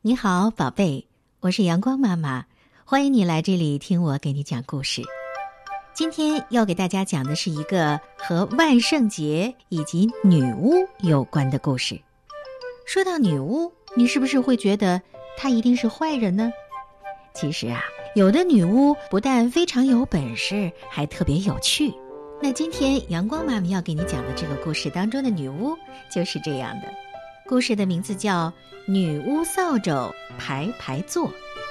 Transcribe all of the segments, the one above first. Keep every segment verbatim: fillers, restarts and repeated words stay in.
你好，宝贝，我是阳光妈妈，欢迎你来这里听我给你讲故事。今天要给大家讲的是一个和万圣节以及女巫有关的故事。说到女巫，你是不是会觉得她一定是坏人呢？其实啊，有的女巫不但非常有本事，还特别有趣。那今天阳光妈妈要给你讲的这个故事当中的女巫就是这样的。故事的名字叫《女巫扫帚排排坐》。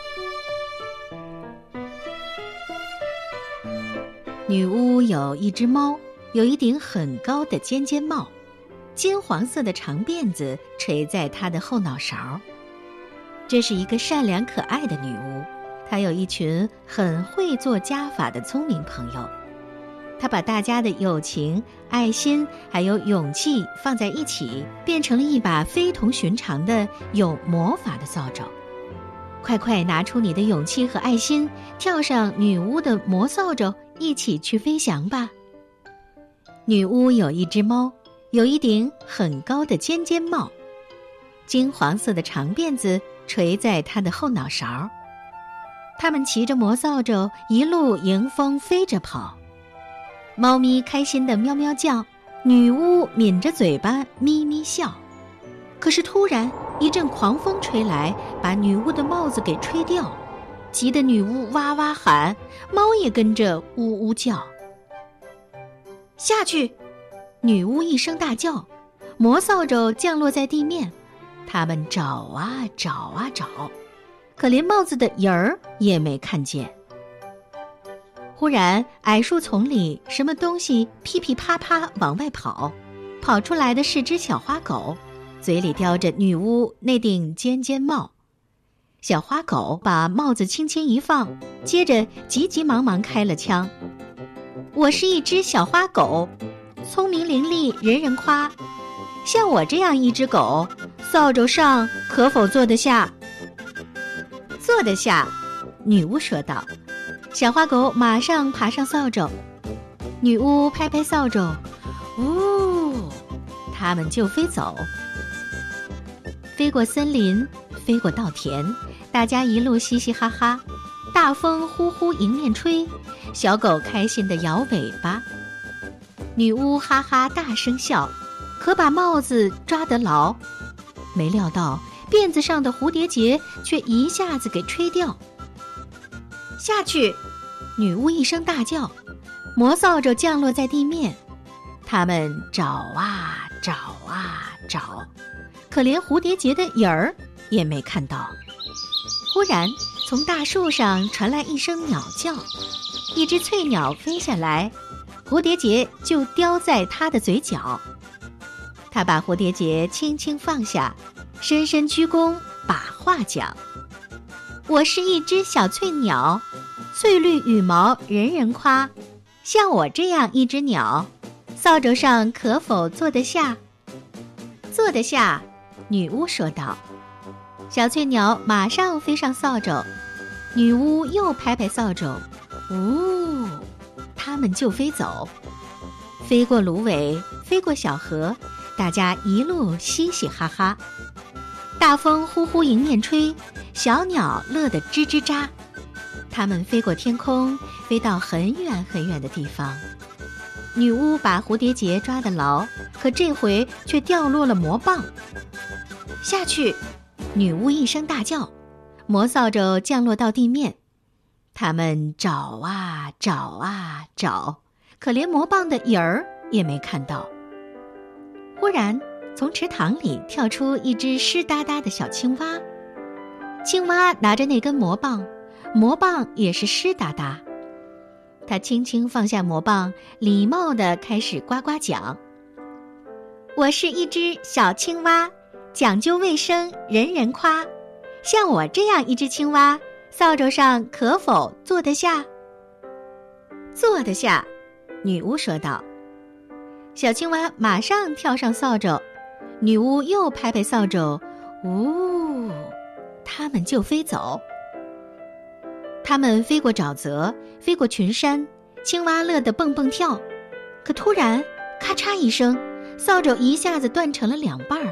女巫有一只猫，有一顶很高的尖尖帽，金黄色的长辫子垂在她的后脑勺。这是一个善良可爱的女巫，她有一群很会做加法的聪明朋友。她把大家的友情、爱心还有勇气放在一起，变成了一把非同寻常的有魔法的扫帚。快快拿出你的勇气和爱心，跳上女巫的魔扫帚，一起去飞翔吧。女巫有一只猫，有一顶很高的尖尖帽，金黄色的长辫子垂在她的后脑勺。他们骑着魔扫帚一路迎风飞着跑。猫咪开心地喵喵叫，女巫抿着嘴巴咪咪笑。可是突然一阵狂风吹来，把女巫的帽子给吹掉，急得女巫哇哇喊，猫也跟着呜呜叫。下去！女巫一声大叫，魔扫帚降落在地面。他们找啊找啊找，可连帽子的影儿也没看见。忽然矮树丛里什么东西噼噼啪啪往外跑，跑出来的是只小花狗，嘴里叼着女巫那顶尖尖帽。小花狗把帽子轻轻一放，接着急急忙忙开了枪。我是一只小花狗，聪明伶俐人人夸，像我这样一只狗，扫帚上可否坐得下？坐得下，女巫说道。小花狗马上爬上扫帚，女巫拍拍扫帚，呜，它们就飞走。飞过森林，飞过稻田，大家一路嘻嘻哈哈。大风呼呼迎面吹，小狗开心地摇尾巴。女巫哈哈大声笑，可把帽子抓得牢。没料到辫子上的蝴蝶结却一下子给吹掉。下去！女巫一声大叫，魔扫帚降落在地面。他们找啊找啊找，可连蝴蝶结的影儿也没看到。忽然从大树上传来一声鸟叫，一只翠鸟飞下来，蝴蝶结就叼在它的嘴角。他把蝴蝶结轻轻放下，深深鞠躬，把话讲：我是一只小翠鸟，翠绿羽毛人人夸，像我这样一只鸟，扫帚上可否坐得下？坐得下，女巫说道。小翠鸟马上飞上扫帚，女巫又拍拍扫帚，呜，它们就飞走。飞过芦苇，飞过小河，大家一路嘻嘻哈哈。大风呼呼迎面吹，小鸟乐得吱吱喳。它们飞过天空，飞到很远很远的地方。女巫把蝴蝶结抓得牢，可这回却掉落了魔棒。下去！女巫一声大叫，魔扫帚降落到地面。他们找啊找啊找，可连魔棒的影儿也没看到。忽然从池塘里跳出一只湿哒哒的小青蛙。青蛙拿着那根魔棒，魔棒也是湿哒哒。他轻轻放下魔棒，礼貌地开始呱呱讲：我是一只小青蛙，讲究卫生人人夸，像我这样一只青蛙，扫帚上可否坐得下？坐得下，女巫说道。小青蛙马上跳上扫帚，女巫又拍拍扫帚，呜，它们就飞走。它们飞过沼泽，飞过群山，青蛙乐得蹦蹦跳。可突然，咔嚓一声，扫帚一下子断成了两半儿，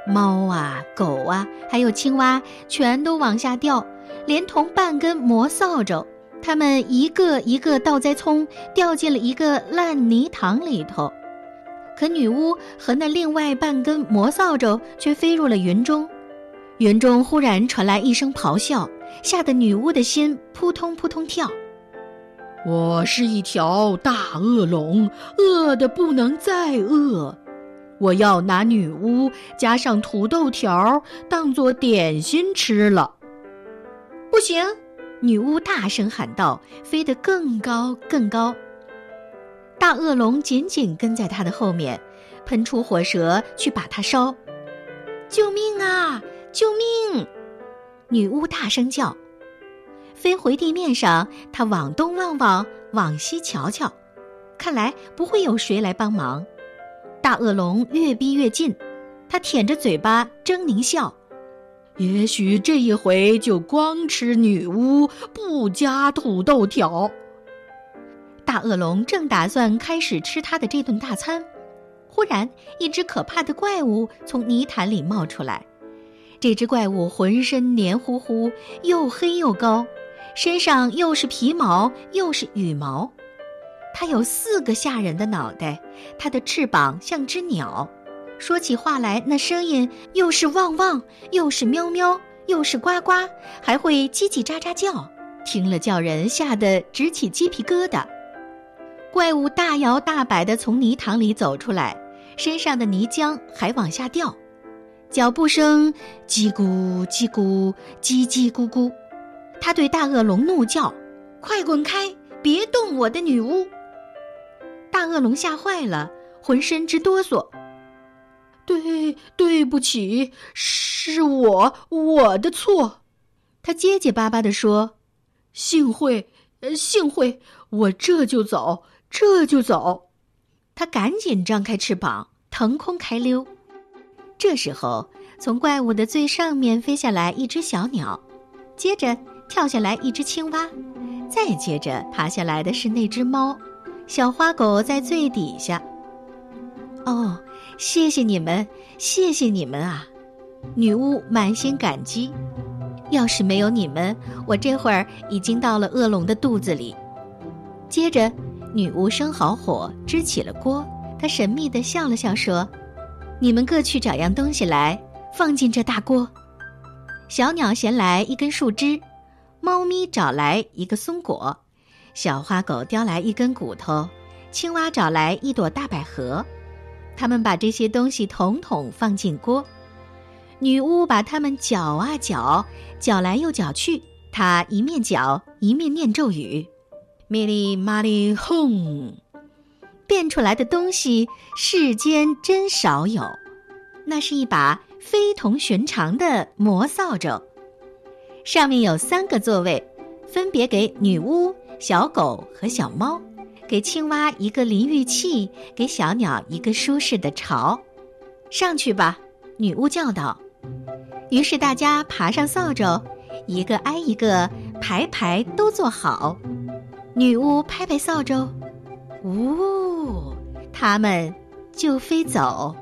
猫啊，狗啊，还有青蛙全都往下掉，连同半根魔扫帚，它们一个一个倒栽葱，掉进了一个烂泥塘里头。可女巫和那另外半根魔扫帚却飞入了云中。云中忽然传来一声咆哮，吓得女巫的心扑通扑通跳。 我是一条大恶龙，饿得不能再饿。我要拿女巫加上土豆条当作点心吃了。 不行！女巫大声喊道，飞得更高更高。大恶龙紧紧跟在她的后面，喷出火舌去把她烧。救命啊！救命！女巫大声叫。飞回地面上，她往东望望，往西瞧瞧，看来不会有谁来帮忙。大恶龙越逼越近，他舔着嘴巴狰狞笑， 也许这一回就光吃女巫，不加土豆条。 大恶龙正打算开始吃他的这顿大餐，忽然一只可怕的怪物从泥潭里冒出来。这只怪物浑身黏糊糊，又黑又高，身上又是皮毛又是羽毛。它有四个吓人的脑袋，它的翅膀像只鸟，说起话来那声音又是汪汪，又是喵喵，又是呱呱，还会叽叽喳喳叫，听了叫人吓得直起鸡皮疙瘩。怪物大摇大摆地从泥塘里走出来，身上的泥浆还往下掉，脚步声叽咕叽咕叽叽咕咕。他对大恶龙怒叫，快滚开，别动我的女巫！大恶龙吓坏了，浑身直哆嗦。 对对不起，是我我的错。 他结结巴巴地说， 幸会幸会，我这就走这就走。 他赶紧张开翅膀，腾空开溜。这时候从怪物的最上面飞下来一只小鸟，接着跳下来一只青蛙，再接着爬下来的是那只猫，小花狗在最底下。哦，谢谢你们，谢谢你们啊！女巫满心感激。要是没有你们，我这会儿已经到了恶龙的肚子里。接着女巫生好火，支起了锅，她神秘地笑了笑说，你们各去找样东西来，放进这大锅。小鸟衔来一根树枝，猫咪找来一个松果，小花狗叼来一根骨头，青蛙找来一朵大百合。他们把这些东西统统放进锅，女巫把它们搅啊搅，搅来又搅去，她一面搅一面念咒语，咪哩嘛哩轰，变出来的东西世间真少有，那是一把非同寻常的魔扫帚，上面有三个座位，分别给女巫、小狗和小猫，给青蛙一个淋浴器，给小鸟一个舒适的巢。上去吧，女巫叫道。于是大家爬上扫帚，一个挨一个，排排都坐好。女巫拍拍扫帚，呜，它们就飞走。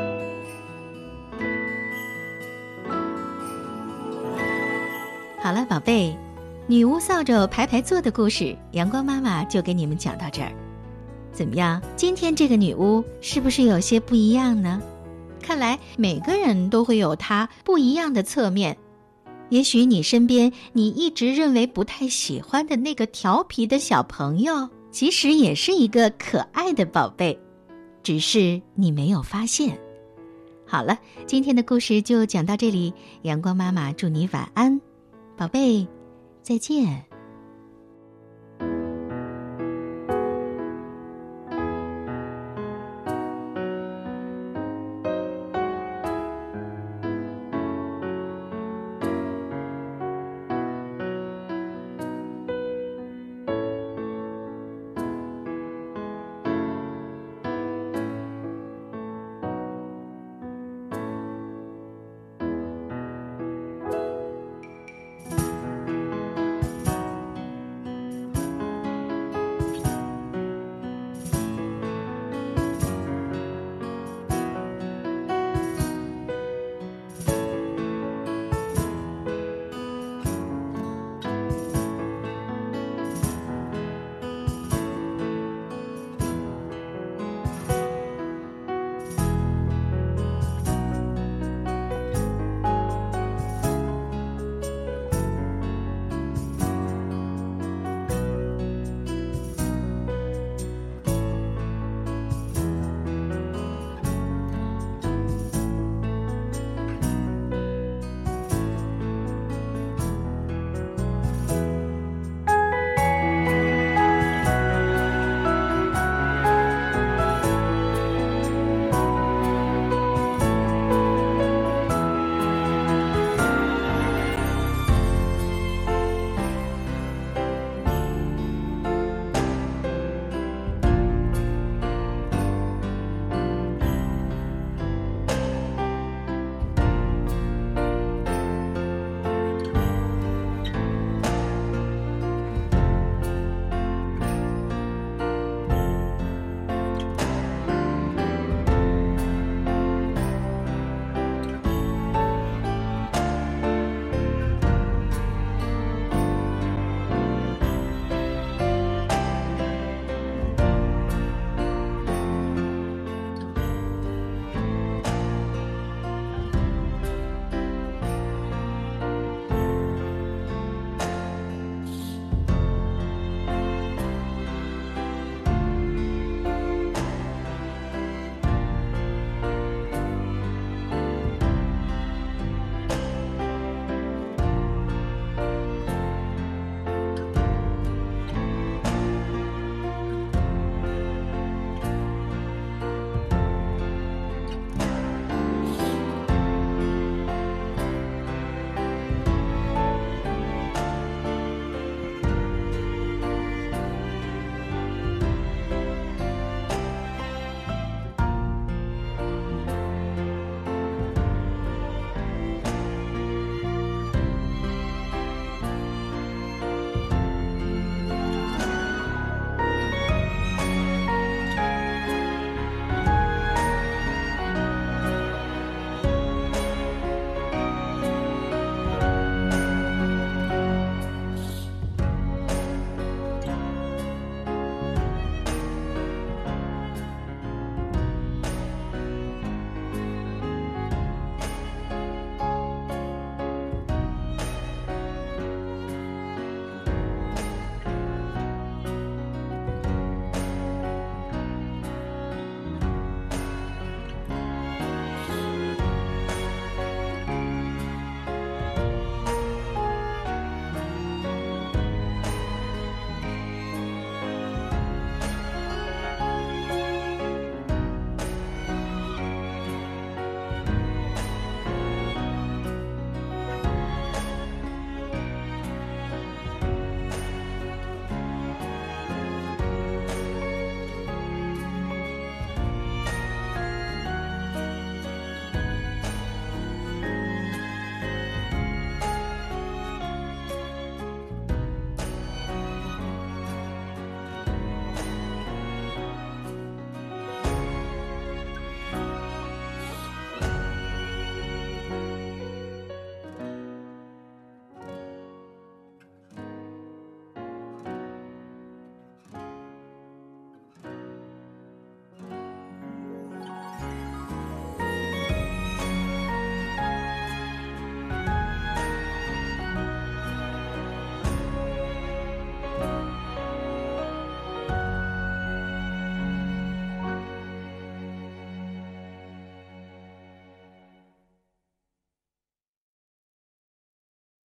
好了，宝贝，女巫扫帚排排坐的故事，阳光妈妈就给你们讲到这儿。怎么样？今天这个女巫是不是有些不一样呢？看来每个人都会有她不一样的侧面。也许你身边你一直认为不太喜欢的那个调皮的小朋友，其实也是一个可爱的宝贝，只是你没有发现。好了，今天的故事就讲到这里，阳光妈妈祝你晚安，宝贝，再见。